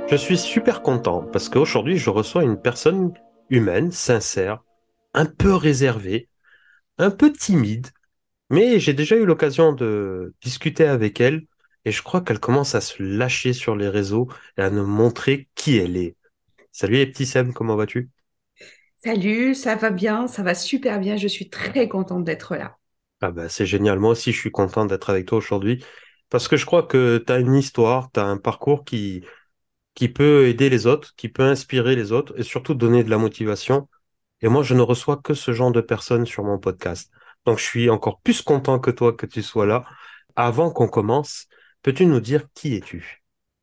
Je suis super content parce qu'aujourd'hui, je reçois une personne humaine, sincère, un peu réservée, un peu timide, mais j'ai déjà eu l'occasion de discuter avec elle et je crois qu'elle commence à se lâcher sur les réseaux et à nous montrer qui elle est. Salut les petits Sam, comment vas-tu? Salut, ça va bien, ça va super bien, je suis très contente d'être là. Ah bah c'est génial, moi aussi je suis content d'être avec toi aujourd'hui parce que je crois que tu as une histoire, tu as un parcours qui peut aider les autres, qui peut inspirer les autres et surtout donner de la motivation. Et moi, je ne reçois que ce genre de personnes sur mon podcast. Donc, je suis encore plus content que toi que tu sois là. Avant qu'on commence, peux-tu nous dire qui es-tu?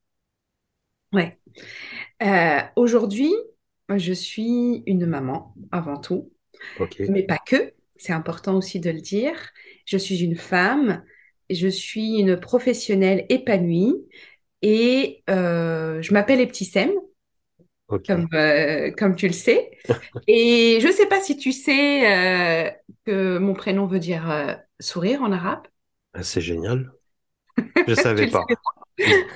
Ouais. Aujourd'hui, je suis une maman avant tout, Ok. mais pas que, c'est important aussi de le dire. Je suis une femme, je suis une professionnelle épanouie et je m'appelle Ebtissem, Ok. comme tu le sais. Et je ne sais pas si tu sais que mon prénom veut dire sourire en arabe. Ah, c'est génial. Je savais Tu le pas. sais. Non.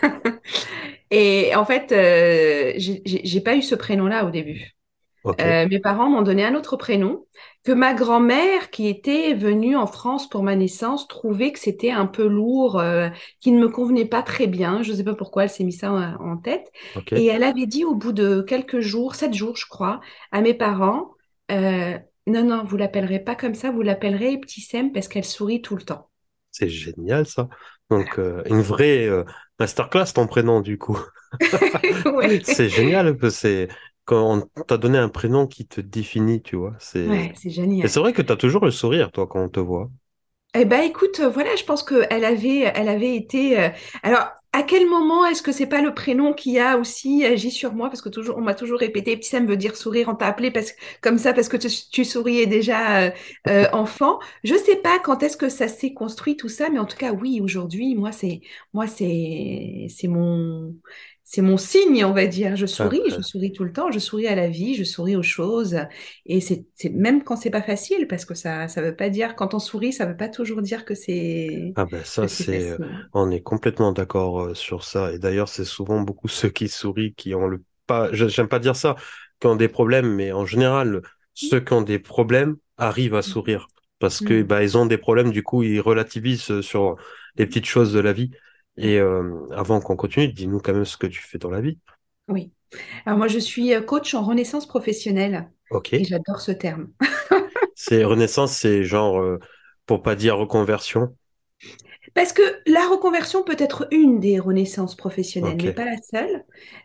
Et en fait, j'ai pas eu ce prénom-là au début. Ok. Mes parents m'ont donné un autre prénom que ma grand-mère, qui était venue en France pour ma naissance, trouvait que c'était un peu lourd, qui ne me convenait pas très bien. Je ne sais pas pourquoi elle s'est mis ça en tête. Ok. Et elle avait dit au bout de quelques jours, 7 jours, je crois, à mes parents, euh, non, non, vous l'appellerez pas comme ça, vous l'appellerez Petit Sem parce qu'elle sourit tout le temps. C'est génial, ça. Donc, une vraie masterclass, ton prénom, du coup. Ouais, C'est génial que c'est quand on t'a donné un prénom qui te définit, tu vois. ouais, c'est Et c'est génial. vrai que tu as toujours le sourire, toi, quand on te voit. Eh ben, écoute, voilà, je pense elle avait été. Alors, à quel moment est-ce que c'est pas le prénom qui a aussi agi sur moi? Parce que toujours, on m'a toujours répété, petit ça me veut dire sourire, on t'a appelé comme ça parce que tu souriais déjà enfant. Je sais pas quand est-ce que ça s'est construit tout ça, mais en tout cas, oui, aujourd'hui, moi, c'est mon signe, on va dire. Ah, Je bah, souris tout le temps, je souris à la vie, je souris aux choses. Et c'est même quand c'est pas facile, parce que ça veut pas dire, quand on sourit, ça veut pas toujours dire que c'est ah ben que ça, c'est c'est, facile. on est complètement d'accord sur ça. Et d'ailleurs, c'est souvent beaucoup ceux qui sourient qui ont le pas, j'aime pas dire ça, qui ont des problèmes, mais en général, ceux qui ont des problèmes arrivent à sourire parce que Mm. bah ils ont des problèmes, du coup ils relativisent sur les petites choses de la vie. Et avant qu'on continue, dis-nous quand même ce que tu fais dans la vie. Oui. Alors moi, je suis coach en renaissance professionnelle Ok. et j'adore ce terme. C'est Renaissance, c'est genre pour pas dire reconversion. Parce que la reconversion peut être une des renaissances professionnelles, mais Ok. pas la seule.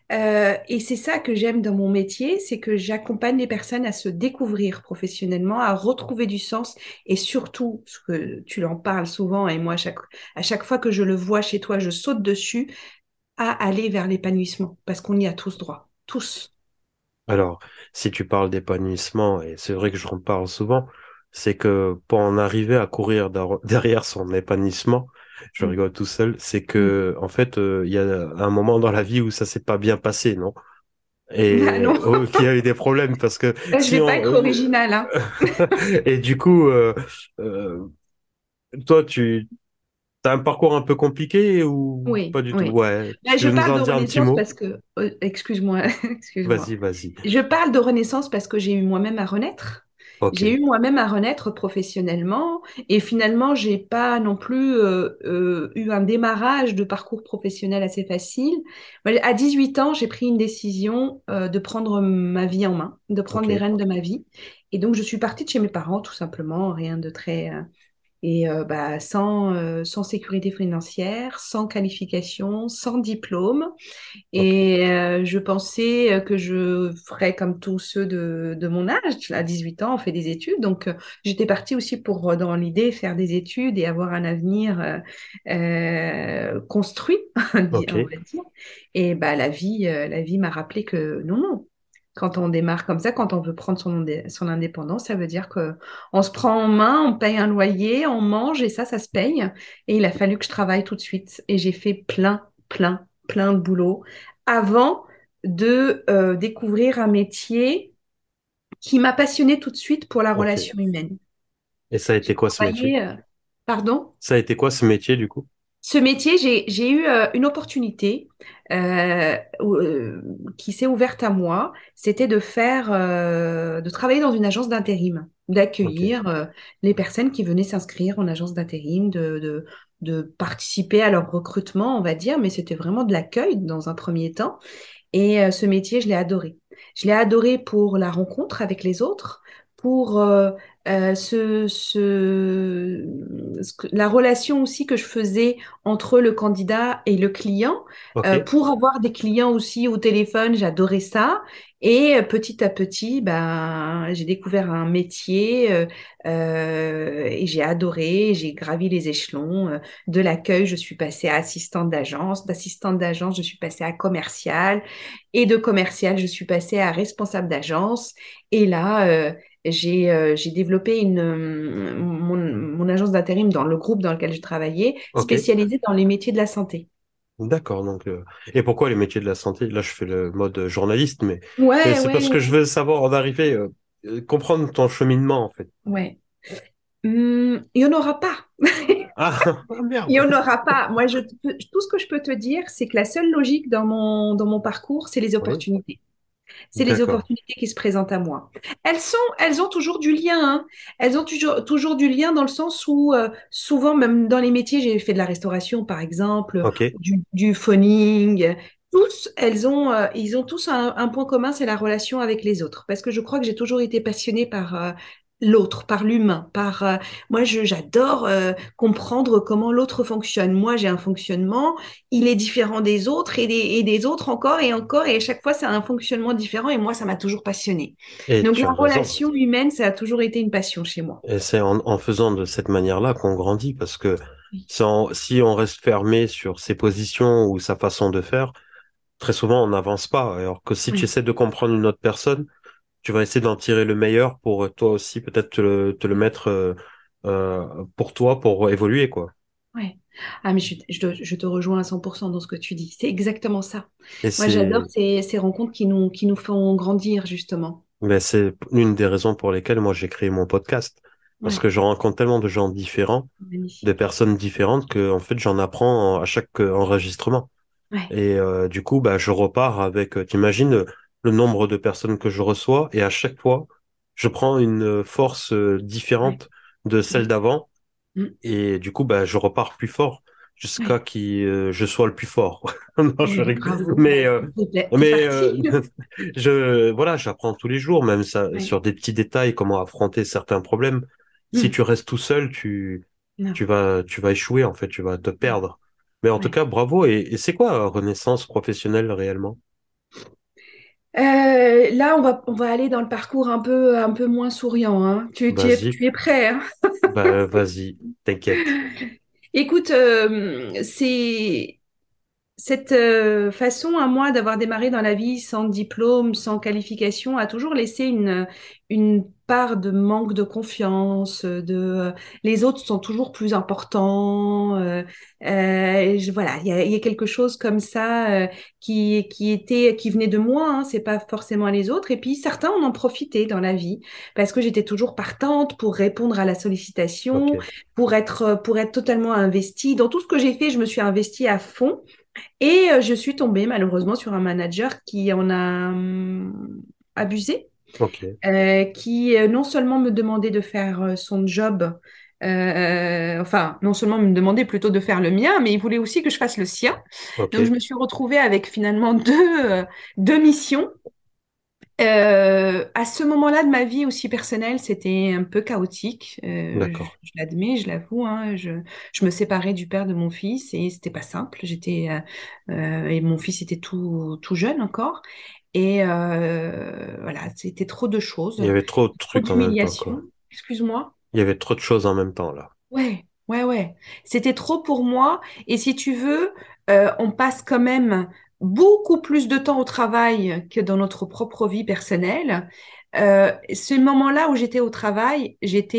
Et c'est ça que j'aime dans mon métier, c'est que j'accompagne les personnes à se découvrir professionnellement, à retrouver du sens et surtout, ce que tu en parles souvent et moi, à chaque fois que je le vois chez toi, je saute dessus, à aller vers l'épanouissement, parce qu'on y a tous droit, tous. Alors, si tu parles d'épanouissement, et c'est vrai que je en parle souvent, c'est que pour en arriver à courir derrière son épanouissement, je Mm. rigole tout seul, c'est Mm. que en fait, il y a un moment dans la vie où ça s'est pas bien passé, non? Ah Et non, qu'il y a eu des problèmes parce que je si vais pas on être originale, hein. et du coup, euh, toi, tu as un parcours un peu compliqué ou Oui, pas du tout? oui. Ouais, Là, tu je veux nous parle en de dire un petit renaissance mot? parce que, excuse-moi, excuse-moi. Vas-y, vas-y. Je parle de renaissance parce que j'ai eu moi-même à renaître. Ok, J'ai eu moi-même à renaître professionnellement et finalement, j'ai pas non plus eu un démarrage de parcours professionnel assez facile. Moi, à 18 ans, j'ai pris une décision de prendre ma vie en main, de prendre les ok, rênes de ma vie. Et donc, je suis partie de chez mes parents, tout simplement, rien de très, et bah, sans sécurité financière, sans qualification, sans diplôme. ok. Et je pensais que je ferais comme tous ceux de mon âge. À 18 ans, on fait des études. Donc, j'étais partie aussi pour, dans l'idée, faire des études et avoir un avenir construit, on va Ok. dire. Et bah, la vie m'a rappelé que non, non. Quand on démarre comme ça, quand on veut prendre son indépendance, ça veut dire que on se prend en main, on paye un loyer, on mange et ça se paye. Et il a fallu que je travaille tout de suite. Et j'ai fait plein, plein, plein de boulot avant de découvrir un métier qui m'a passionnée tout de suite pour la Ok. relation humaine. Et ça a J'ai été quoi ce métier? travaillé, pardon? Ça a été quoi ce métier du coup? Ce métier, j'ai eu une opportunité qui s'est ouverte à moi. C'était de travailler dans une agence d'intérim, Ok. d'accueillir les personnes qui venaient s'inscrire en agence d'intérim, de participer à leur recrutement, on va dire, mais c'était vraiment de l'accueil dans un premier temps. Et ce métier, je l'ai adoré. Je l'ai adoré pour la rencontre avec les autres, pour la relation aussi que je faisais entre le candidat et le client. Ok. Pour avoir des clients aussi au téléphone, j'adorais ça. Et petit à petit, ben, j'ai découvert un métier et j'ai adoré. J'ai gravi les échelons. De l'accueil, je suis passée à assistante d'agence. D'assistante d'agence, je suis passée à commerciale. Et de commercial, je suis passée à responsable d'agence. Et là, j'ai développé mon agence d'intérim dans le groupe dans lequel je travaillais, Ok. spécialisée dans les métiers de la santé. D'accord. Donc, et pourquoi les métiers de la santé? Là, je fais le mode journaliste, mais Ouais, c'est parce que je ouais, veux savoir en arriver, comprendre ton cheminement, en fait. ouais. Il n'y en aura pas. Ah, ah, Il n'y merde. en aura pas. Moi, tout ce que je peux te dire, c'est que la seule logique dans mon parcours, c'est les Oui. opportunités. C'est les D'accord. opportunités qui se présentent à moi. Elles ont toujours du lien, hein. Elles ont toujours du lien dans le sens où, souvent, même dans les métiers, j'ai fait de la restauration, par exemple, Ok. du phoning. Tous, ils ont tous un point commun, c'est la relation avec les autres. Parce que je crois que j'ai toujours été passionnée par l'autre, par l'humain, j'adore comprendre comment l'autre fonctionne. Moi, j'ai un fonctionnement, il est différent des autres et des autres encore et encore. Et à chaque fois, c'est un fonctionnement différent. Et moi, ça m'a toujours passionné. Et Donc, tu la as raison. relation humaine, ça a toujours été une passion chez moi. Et c'est en faisant de cette manière-là qu'on grandit, parce que Oui, si on reste fermé sur ses positions ou sa façon de faire, très souvent on n'avance pas. Alors que si tu oui, essaies de comprendre une autre personne, tu vas essayer d'en tirer le meilleur pour toi aussi, peut-être te le mettre pour toi, pour évoluer, quoi. ouais. Ah, mais je te rejoins à 100% dans ce que tu dis. C'est exactement ça. Et Moi, j'adore c'est ces rencontres qui nous font grandir, justement. Mais c'est l'une des raisons pour lesquelles moi j'ai créé mon podcast. Parce Ouais, que je rencontre tellement de gens différents, de magnifique. personnes différentes, que en fait j'en apprends à chaque enregistrement. Ouais, Et du coup, bah, je repars avec, t'imagines, le nombre de personnes que je reçois, et à chaque fois, je prends une force ouais, différente de celle mm, d'avant, mm, et du coup, bah, je repars plus fort jusqu'à ouais. qui je sois le plus fort. Non, je Mais rigole. bravo. T'es Mais parti. voilà, j'apprends tous les jours, même ça, Ouais. sur des petits détails, comment affronter certains problèmes. Si Mm, tu restes tout seul, non. tu vas échouer, en fait, tu vas te perdre. Mais en tout Ouais. cas, bravo. Et c'est quoi Renaissance professionnelle réellement? Là, on va aller dans le parcours un peu moins souriant, hein. Vas-y, Tu es prêt, hein? bah vas-y, t'inquiète. Écoute, c'est cette façon à moi d'avoir démarré dans la vie sans diplôme, sans qualification, a toujours laissé une part de manque de confiance, les autres sont toujours plus importants. Voilà, il y a quelque chose comme ça qui venait de moi, hein, c'est pas forcément les autres. Et puis certains en ont profité dans la vie parce que j'étais toujours partante pour répondre à la sollicitation, Ok, pour être totalement investie. Dans tout ce que j'ai fait, je me suis investie à fond. Et je suis tombée malheureusement sur un manager qui en a abusé, ok, qui non seulement me demandait de faire son job, enfin non seulement me demandait plutôt de faire le mien, mais il voulait aussi que je fasse le sien. Donc je ok, me suis retrouvée avec finalement deux missions. À ce moment-là de ma vie aussi personnelle, c'était un peu chaotique. d'accord. Je l'admets, je l'avoue, hein. Je me séparais du père de mon fils et c'était pas simple. Et mon fils était tout jeune encore. Et voilà, c'était trop de Il y choses, avait trop de trop trucs en même temps, d'humiliation. quoi. Excuse-moi. Il y avait trop de choses en même temps, là. Ouais, ouais. C'était trop pour moi. Et si tu veux, on passe quand même beaucoup plus de temps au travail que dans notre propre vie personnelle. Ce moment-là où j'étais au travail,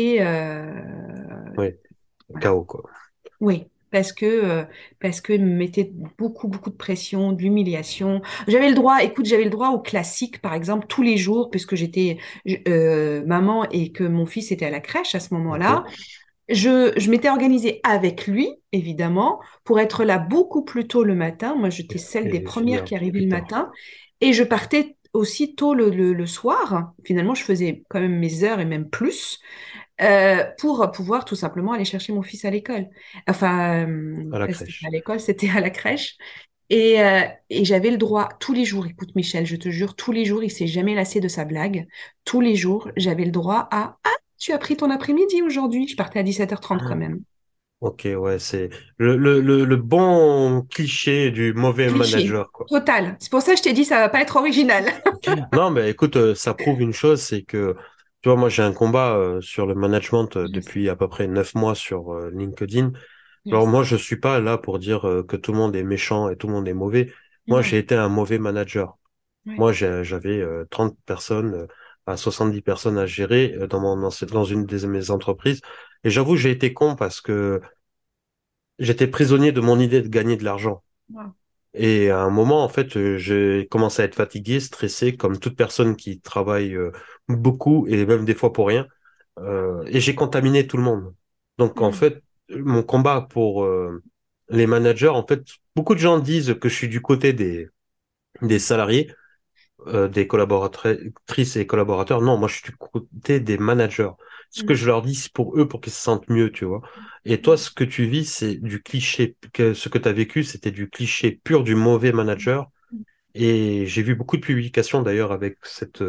Oui, voilà, chaos, quoi. oui, parce que me mettait beaucoup de pression, de l'humiliation. J'avais le droit, écoute, j'avais le droit au classique, par exemple, tous les jours, puisque j'étais maman et que mon fils était à la crèche à ce Ok, moment-là. je m'étais organisée avec lui, évidemment, pour être là beaucoup plus tôt le matin. Moi, j'étais celle des Et premières finir qui arrivait plus le tard. matin. Et je partais aussi tôt le soir. Finalement, je faisais quand même mes heures et même plus pour pouvoir tout simplement aller chercher mon fils à l'école. Enfin, À la c'était pas à crèche. l'école, c'était à la crèche. Et j'avais le droit tous les jours, écoute Michel, je te jure, tous les jours, il s'est jamais lassé de sa blague. Tous les jours, j'avais le droit à «Ah, tu as pris ton après-midi aujourd'hui?» Je partais à 17h30 quand même. Ok, ouais, c'est le bon cliché du mauvais Cliché, manager, quoi. total. C'est pour ça que je t'ai dit, ça va pas être original. Non, mais écoute, ça prouve une chose, c'est que, tu vois, moi j'ai un combat sur le management Je sais. depuis à peu près 9 mois sur LinkedIn. Je Alors moi, sais. je suis pas là pour dire que tout le monde est méchant et tout le monde est mauvais. Moi, Non. j'ai été un mauvais manager. Oui. Moi, j'avais 30 personnes à 70 personnes à gérer dans une de mes entreprises. Et j'avoue, j'ai été con parce que j'étais prisonnier de mon idée de gagner de l'argent. Wow. Et à un moment, en fait, j'ai commencé à être fatigué, stressé, comme toute personne qui travaille beaucoup et même des fois pour rien. Et j'ai contaminé tout le monde. Donc, en Mm. fait, mon combat pour les managers, en fait, beaucoup de gens disent que je suis du côté des salariés, des collaboratrices et collaborateurs. Non, moi, je suis du côté des managers. Ce que Mm. je leur dis, c'est pour eux, pour qu'ils se sentent mieux, tu vois. Et toi, Mm. ce que tu vis, c'est du cliché. Ce que tu as vécu, c'était du cliché pur du mauvais manager. Et j'ai vu beaucoup de publications d'ailleurs avec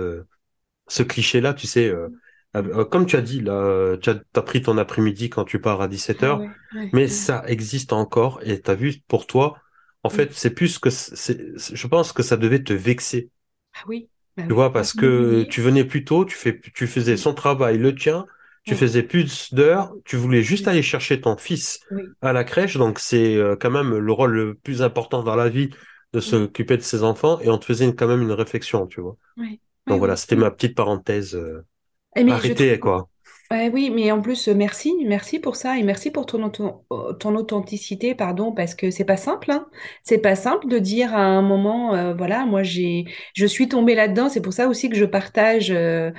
ce cliché-là, tu sais. Mm. Comme tu as dit, là, tu as pris ton après-midi quand tu pars à 17 Ah heures, ouais, ouais, mais ouais. ça existe encore. Et tu as vu, pour toi, en fait, Oui. c'est plus que je pense que ça devait te vexer. Ah oui, bah Tu oui. vois, Moi, parce je que m'ennuyais. tu venais plus tôt, tu faisais Mm. son travail, le tien, tu Mm. faisais plus d'heures, tu voulais juste Oui. aller chercher ton fils Oui. à la crèche, donc c'est quand même le rôle le plus important dans la vie de Oui. s'occuper de ses enfants, et on te faisait quand même une réflexion, tu vois. Oui. Donc Oui. voilà, Oui. c'était ma Oui. petite parenthèse. Mais je trouve. Arrêtez, quoi. Ouais, oui, mais en plus, merci, merci pour ça et merci pour ton authenticité, pardon, parce que c'est pas simple, hein. C'est pas simple de dire à un moment, voilà, je suis tombée là-dedans. C'est pour ça aussi que je partage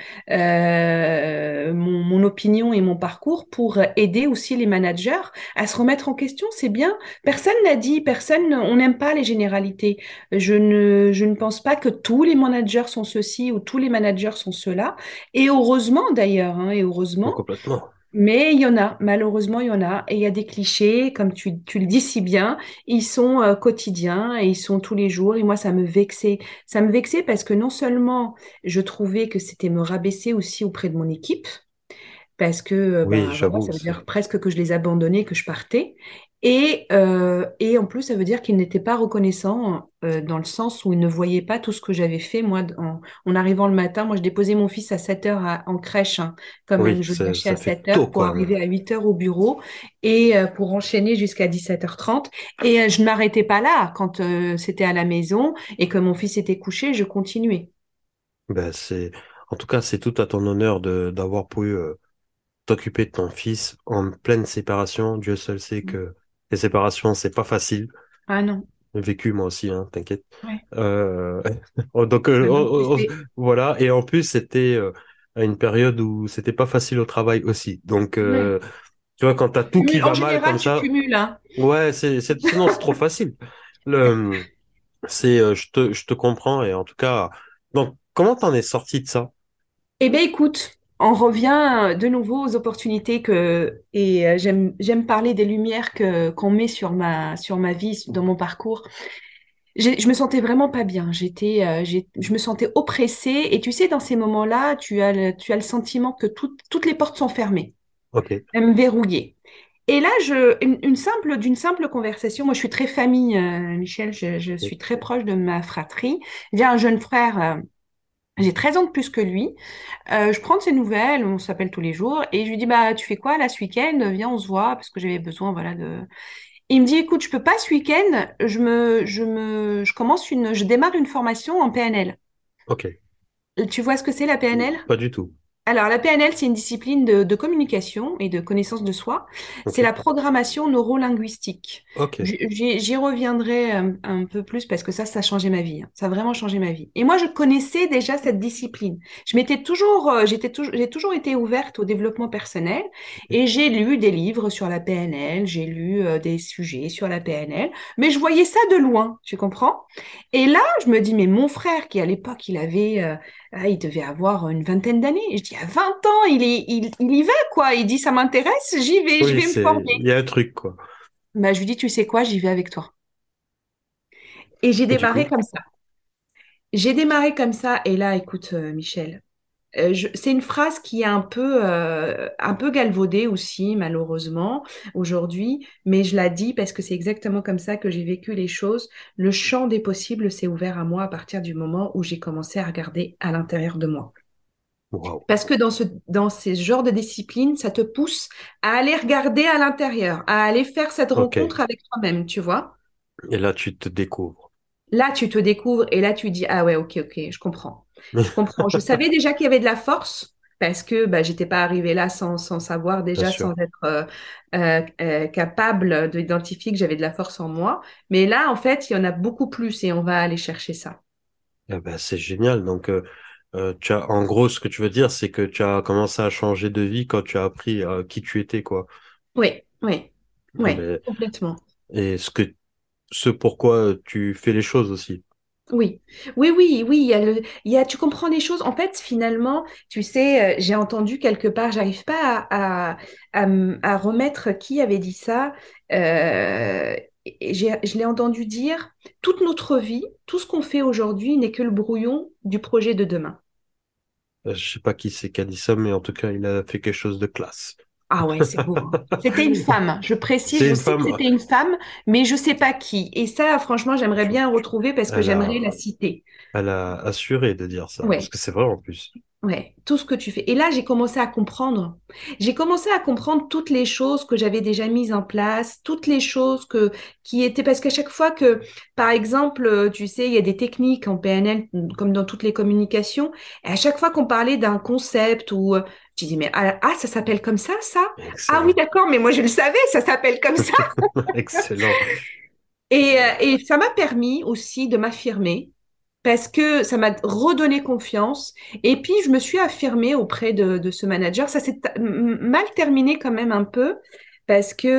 mon opinion et mon parcours pour aider aussi les managers à se remettre en question. C'est bien. Personne n'a dit, personne, on n'aime pas les généralités. Je ne pense pas que tous les managers sont ceci ou tous les managers sont cela. Et heureusement d'ailleurs, hein, et Donc, heureusement, complètement. mais il y en a, malheureusement il y en a, et il y a des clichés, comme tu le dis si bien, ils sont quotidiens et ils sont tous les jours, et moi ça me vexait parce que non seulement je trouvais que c'était me rabaisser aussi auprès de mon équipe, parce que Oui, ben voilà, j'avoue, ça veut dire c'est. presque que je les abandonnais, que je partais. Et en plus, ça veut dire qu'ils n'étaient pas reconnaissants dans le sens où ils ne voyaient pas tout ce que j'avais fait, moi, en arrivant le matin. Moi, je déposais mon fils à 7 heures en crèche, hein, quand Oui, même. Je le lâchais à ça fait 7 tôt, heures pour quoi. arriver à 8 heures au bureau et pour enchaîner jusqu'à 17h30. Et je ne m'arrêtais pas là. Quand c'était à la maison et que mon fils était couché, je continuais. Ben, en tout cas, c'est tout à ton honneur d'avoir pu t'occuper de ton fils en pleine séparation. Dieu seul sait que les séparations, c'est pas facile. Ah non, J'ai vécu moi aussi, hein, t'inquiète. ouais. Euh, donc Ah non, tu sais. voilà. Et en plus, c'était à une période où c'était pas facile au travail aussi. Donc, Ouais. tu vois, quand t'as tout qui En va mal général, comme tu ça, cumules, hein. ouais, sinon c'est trop facile. Le, je te comprends et en tout cas, donc comment t'en es sorti de ça? Eh bien, écoute, on revient de nouveau aux opportunités j'aime parler des lumières qu'on met sur ma vie, dans mon parcours. Je me sentais vraiment pas bien. Je me sentais oppressée. Et tu sais, dans ces moments-là, tu as le sentiment que toutes les portes sont fermées, Ok, même verrouillées. Et là, d'une simple conversation, moi je suis très famille, Michel, je suis très proche de ma fratrie. Il y a un jeune frère, j'ai 13 ans de plus que lui. Je prends de ses nouvelles, on s'appelle tous les jours, et je lui dis, bah, tu fais quoi là ce week-end? Viens, on se voit, parce que j'avais besoin, voilà, de... Il me dit, écoute, je peux pas ce week-end, je démarre une formation en PNL. ok, Tu vois ce que c'est la PNL? pas du tout. Alors, la PNL, c'est une discipline de communication et de connaissance de soi. Ok, C'est la programmation neurolinguistique. ok, J'y reviendrai un peu plus parce que ça a changé ma vie, hein. Ça a vraiment changé ma vie. Et moi, je connaissais déjà cette discipline. J'ai toujours été ouverte au développement personnel et j'ai lu des livres sur la PNL, j'ai lu des sujets sur la PNL, mais je voyais ça de loin, tu comprends? Et là, je me dis, mais mon frère, qui à l'époque, il devait avoir une vingtaine d'années. Et je dis, à 20 ans, il y va, quoi. Il dit, ça m'intéresse, je oui, vais me il former. y a un truc, quoi. Bah, je lui dis, tu sais quoi, j'y vais avec toi. Et j'ai Et du démarré coup, comme ça. J'ai démarré comme ça. Et là, écoute, Michel, c'est une phrase qui est un peu galvaudée aussi, malheureusement, aujourd'hui. Mais je la dis parce que c'est exactement comme ça que j'ai vécu les choses. Le champ des possibles s'est ouvert à moi à partir du moment où j'ai commencé à regarder à l'intérieur de moi. waouh, Parce que dans ces genres de disciplines, ça te pousse à aller regarder à l'intérieur, à aller faire cette ok. rencontre avec toi-même, tu vois. Et là, tu te découvres. Là, tu te découvres et là, tu dis, ah ouais, ok, ok, je comprends. Je comprends. Je savais déjà qu'il y avait de la force parce que bah, j'étais pas arrivée là sans savoir Bien déjà, sûr. sans être capable d'identifier que j'avais de la force en moi. Mais là, en fait, il y en a beaucoup plus et on va aller chercher ça. Eh ben, c'est génial. Donc, en gros, ce que tu veux dire, c'est que tu as commencé à changer de vie quand tu as appris qui tu étais, quoi. Oui, oui, Eh oui, ben, complètement. et ce pourquoi tu fais les choses aussi. Oui, oui, tu comprends les choses. En fait, finalement, tu sais, j'ai entendu quelque part, j'arrive pas à remettre qui avait dit ça. Je l'ai entendu dire, toute notre vie, tout ce qu'on fait aujourd'hui n'est que le brouillon du projet de demain. Je sais pas qui c'est qui a dit ça, mais en tout cas, il a fait quelque chose de classe. Ah ouais, c'est beau, hein. C'était une femme, je précise, C'est je une sais que femme. c'était une femme, mais je sais pas qui. Et ça, franchement, j'aimerais Tu- bien retrouver parce que Elle j'aimerais la a, citer. elle a assuré de dire ça, parce Ouais. que c'est vrai en plus. Ouais, tout ce que tu fais. Et là, j'ai commencé à comprendre. J'ai commencé à comprendre toutes les choses que j'avais déjà mises en place, toutes les choses qui étaient, parce qu'à chaque fois que, par exemple, tu sais, il y a des techniques en PNL, comme dans toutes les communications, et à chaque fois qu'on parlait d'un concept ou, tu dis, mais ça s'appelle comme ça? Ah oui, Excellent. d'accord, mais moi je le savais, ça s'appelle comme ça. Excellent. Et ça m'a permis aussi de m'affirmer parce que ça m'a redonné confiance. Et puis, je me suis affirmée auprès de ce manager. Ça s'est mal terminé quand même un peu parce que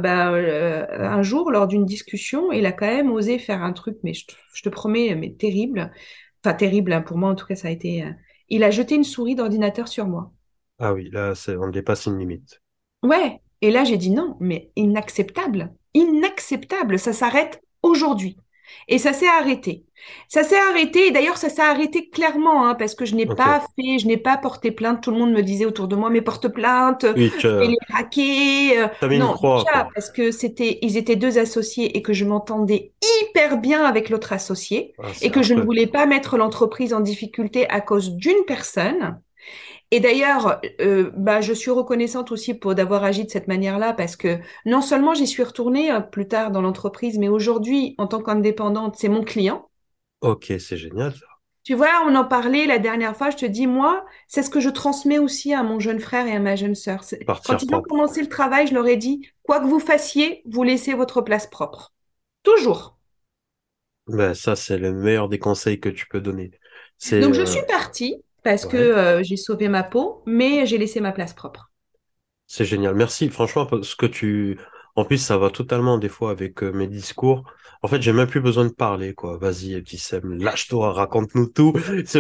un jour, lors d'une discussion, il a quand même osé faire un truc, mais je te promets, mais terrible. Enfin, terrible, hein, pour moi, en tout cas, ça a été... il a jeté une souris d'ordinateur sur moi. Ah oui, là, on dépasse une limite. Ouais, et là j'ai dit non, mais inacceptable, inacceptable, ça s'arrête aujourd'hui. Et ça s'est arrêté. Ça s'est arrêté, et d'ailleurs ça s'est arrêté clairement, hein, parce que Ok. je n'ai pas porté plainte. Tout le monde me disait autour de moi, mais porte plainte, Oui, fais les raquer. t'as mis une Non, croix, déjà quoi. parce que ils étaient deux associés et que je m'entendais hyper bien avec l'autre associé Ah, et c'est que je ne affreux. voulais pas mettre l'entreprise en difficulté à cause d'une personne. Et d'ailleurs, je suis reconnaissante aussi pour d'avoir agi de cette manière-là parce que non seulement j'y suis retournée plus tard dans l'entreprise, mais aujourd'hui, en tant qu'indépendante, c'est mon client. Ok, c'est génial, ça. Tu vois, on en parlait la dernière fois, je te dis, moi, c'est ce que je transmets aussi à mon jeune frère et à ma jeune sœur. Quand Partir ils ont propre. commencé le travail, je leur ai dit, quoi que vous fassiez, vous laissez votre place propre. Toujours. Ben, ça, c'est le meilleur des conseils que tu peux donner. C'est, Donc je suis partie parce que ouais. j'ai sauvé ma peau, mais j'ai laissé ma place propre. C'est génial. Merci. Franchement, parce que en plus, ça va totalement des fois avec mes discours. En fait, j'ai même plus besoin de parler, quoi. Vas-y, petit Sam, lâche-toi, raconte-nous tout.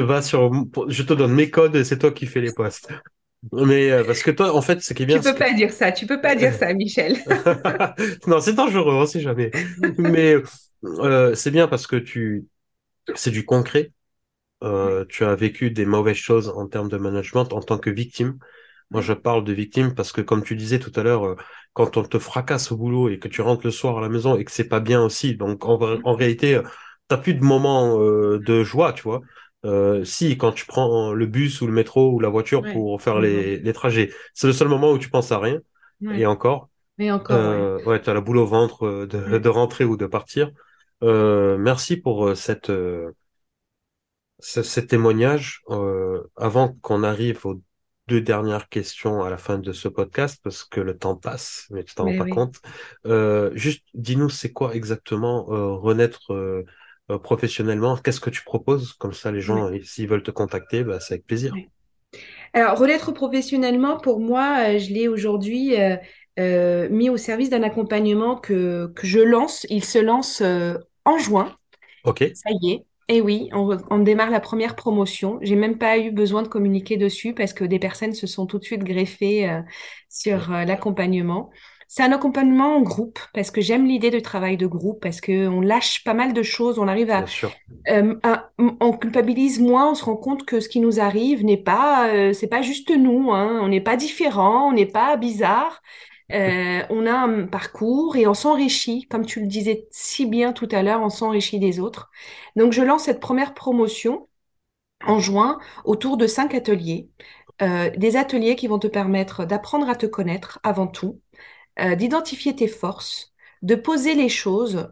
Je te donne mes codes et c'est toi qui fais les posts. Mais parce que toi, en fait, ce qui est bien, Tu c'est peux que pas dire ça, tu peux pas dire ça, Michel. non, c'est dangereux, on sait jamais. Mais c'est bien parce que c'est du concret. Tu as vécu des mauvaises choses en termes de management en tant que victime. Moi, Ouais, je parle de victime parce que, comme tu disais tout à l'heure, quand on te fracasse au boulot et que tu rentres le soir à la maison et que c'est pas bien aussi, donc en réalité, t'as plus de moments de joie, tu vois. Si, quand tu prends le bus ou le métro ou la voiture ouais, pour faire encore. les trajets, c'est le seul moment où tu penses à rien. Et Ouais, encore, mais encore, ouais. ouais, t'as la boule au ventre Ouais. de rentrer ou de partir. Merci pour ces témoignages. Avant qu'on arrive au deux dernières questions à la fin de ce podcast parce que le temps passe, mais tu t'en rends Mais pas oui. compte. Juste, dis-nous, c'est quoi exactement renaître professionnellement? Qu'est-ce que tu proposes? Comme ça, les Ouais, gens, s'ils veulent te contacter, bah, c'est avec plaisir. ouais. Alors, renaître professionnellement, pour moi, je l'ai aujourd'hui mis au service d'un accompagnement que je lance. Il se lance en juin. Ok, Ça y est. Et oui, on démarre la première promotion. J'ai même pas eu besoin de communiquer dessus parce que des personnes se sont tout de suite greffées ouais, sur l'accompagnement. C'est un accompagnement en groupe parce que j'aime l'idée de travail de groupe parce que on lâche pas mal de choses. On arrive bien sûr. on culpabilise moins. On se rend compte que ce qui nous arrive n'est pas, c'est pas juste nous, hein. On n'est pas différent, on n'est pas bizarre. On a un parcours et on s'enrichit, comme tu le disais si bien tout à l'heure, on s'enrichit des autres. Donc, je lance cette première promotion en juin autour de 5 ateliers. Des ateliers qui vont te permettre d'apprendre à te connaître avant tout, d'identifier tes forces, de poser les choses,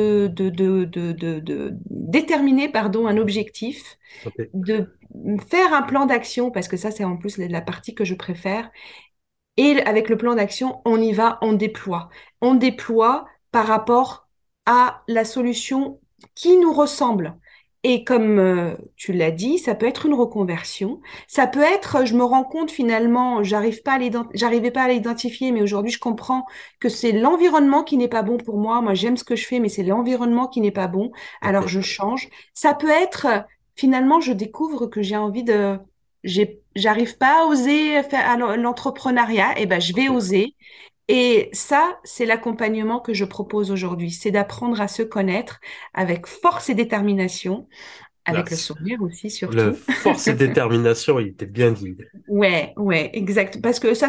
de déterminer, pardon, un objectif, Ok. de faire un plan d'action, parce que ça, c'est en plus la partie que je préfère, et avec le plan d'action, on y va, on déploie. On déploie par rapport à la solution qui nous ressemble. Et comme tu l'as dit, ça peut être une reconversion. Ça peut être, je me rends compte finalement, j'arrivais pas à l'identifier, mais aujourd'hui je comprends que c'est l'environnement qui n'est pas bon pour moi. Moi, j'aime ce que je fais, mais c'est l'environnement qui n'est pas bon. Ok. Alors je change. Ça peut être, finalement, je découvre que j'ai envie de j'arrive pas à oser faire l'entrepreneuriat, et ben je vais Ok. oser. Et ça, c'est l'accompagnement que je propose aujourd'hui, c'est d'apprendre à se connaître avec force et détermination, Là, avec le sourire aussi le surtout. force et détermination, il était bien dit. Ouais, ouais, exact. Parce que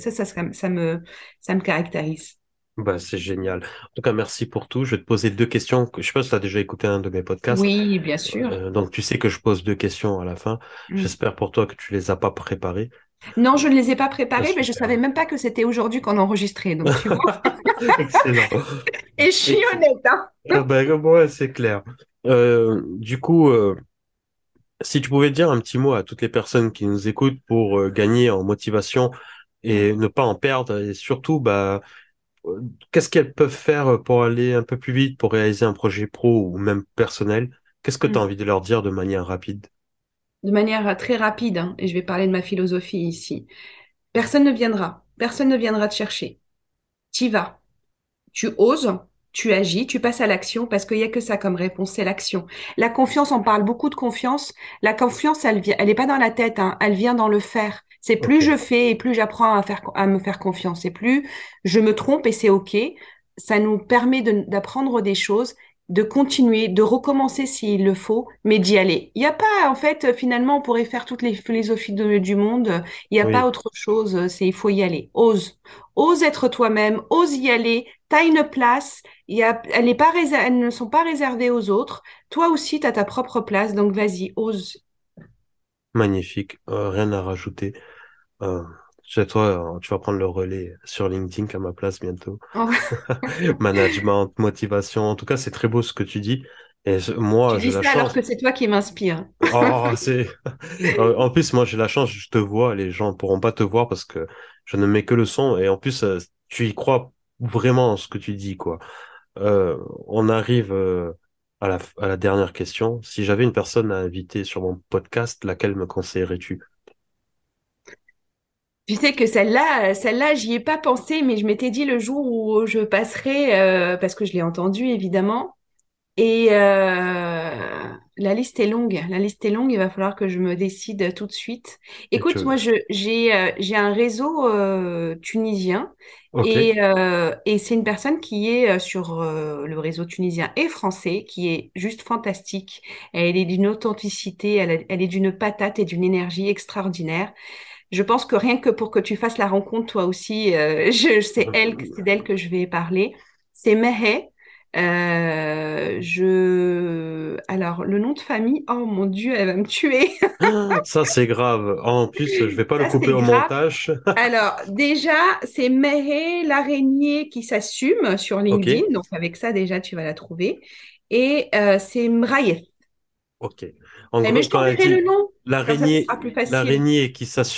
ça me caractérise. Bah, c'est génial. En tout cas, merci pour tout. Je vais te poser deux questions. Je sais pas si tu as déjà écouté un de mes podcasts. Oui, bien sûr. Donc, tu sais que je pose deux questions à la fin. Mm. J'espère pour toi que tu les as pas préparées. Non, je ne les ai pas Ah, préparés, mais je savais super. même pas que c'était aujourd'hui qu'on enregistrait. Donc, tu vois. Excellent. Et je suis Et, honnête, hein. ben, ouais, c'est clair. Du coup, si tu pouvais dire un petit mot à toutes les personnes qui nous écoutent pour gagner en motivation Mm, et ne pas en perdre, et surtout, bah, euh, qu'est-ce qu'elles peuvent faire pour aller un peu plus vite, pour réaliser un projet pro ou même personnel? Qu'est-ce que tu as mm. envie de leur dire de manière rapide? De manière très rapide, hein, et je vais parler de ma philosophie ici. Personne ne viendra. Personne ne viendra te chercher. T'y vas. Tu oses, tu agis, tu passes à l'action parce qu'il n'y a que ça comme réponse, c'est l'action. La confiance, on parle beaucoup de confiance. La confiance, elle vient, elle n'est pas dans la tête, hein, elle vient dans le faire. C'est plus Ok, je fais et plus j'apprends à me faire confiance. Et plus je me trompe et c'est OK. Ça nous permet d'apprendre des choses, de continuer, de recommencer s'il le faut, mais d'y aller. Il n'y a pas, en fait, finalement, on pourrait faire toutes les philosophies du monde. Il n'y a pas oui, autre chose. C'est il faut y aller. Ose. Ose être toi-même, ose y aller. T'as une place, elles ne sont pas réservées aux autres. Toi aussi, tu as ta propre place, donc vas-y, ose. magnifique. Rien à rajouter. Euh, Chez toi, tu vas prendre le relais sur LinkedIn à ma place bientôt. Management, motivation. En tout cas, c'est très beau ce que tu dis. Et moi, Tu j'ai dis la ça alors chance. que c'est toi qui m'inspire. Oh, c'est. En plus, moi, j'ai la chance. Je te vois. Les gens pourront pas te voir parce que je ne mets que le son. Et en plus, tu y crois vraiment dans ce que tu dis, quoi. Euh, on arrive à la dernière question. Si j'avais une personne à inviter sur mon podcast, laquelle me conseillerais-tu? Tu sais que celle-là, j'y ai pas pensé, mais je m'étais dit le jour où je passerai, parce que je l'ai entendu évidemment. Et la liste est longue. La liste est longue. Il va falloir que je me décide tout de suite. Et Écoute, moi, j'ai un réseau tunisien Ok, et c'est une personne qui est sur le réseau tunisien et français, qui est juste fantastique. Elle est d'une authenticité, elle est d'une patate et d'une énergie extraordinaire. Je pense que rien que pour que tu fasses la rencontre, toi aussi, c'est d'elle que je vais parler. C'est Mehé. Alors, le nom de famille, oh mon Dieu, elle va me tuer. ça c'est grave. En plus, je vais pas le Ça, couper c'est au grave. montage. Alors, déjà, c'est Mehé, l'araignée qui s'assume sur Ok, LinkedIn. Donc, avec ça, déjà, tu vas la trouver. Et c'est Mraïef. Ok. En Mais gros, je quand elle t'enverrai le dit nom. Comme ça, ce l'araignée, sera plus facile. l'araignée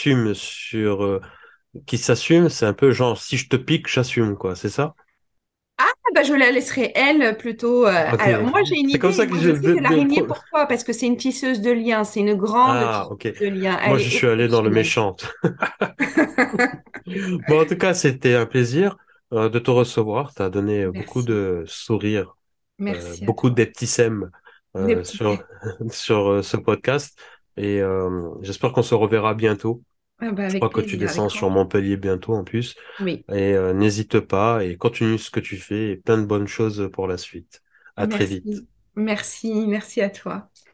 qui s'assume, c'est un peu genre, si je te pique, j'assume, quoi. C'est ça? Ah, bah, je la laisserai elle plutôt. Ok. Alors, moi, j'ai une C'est comme idée. ça que Moi, je je sais que vais l'araignée, pourquoi? Parce que c'est une tisseuse de liens. C'est une grande Ah, tisseuse ok. de liens. Moi, Elle je est suis allé dans le exceptionnelle. méchant. Bon, en tout cas, c'était un plaisir de te recevoir. Tu as donné beaucoup Merci. de sourires, Merci à beaucoup toi. d'eptissèmes Des petits sur, thés. sur ce podcast. Et j'espère qu'on se reverra bientôt. Ah bah, Je avec crois que tu plaisir, avec descends grand sur plaisir. Montpellier bientôt en plus. Oui. Et n'hésite pas et continue ce que tu fais et plein de bonnes choses pour la suite. À très vite. Merci. Merci. Merci à toi.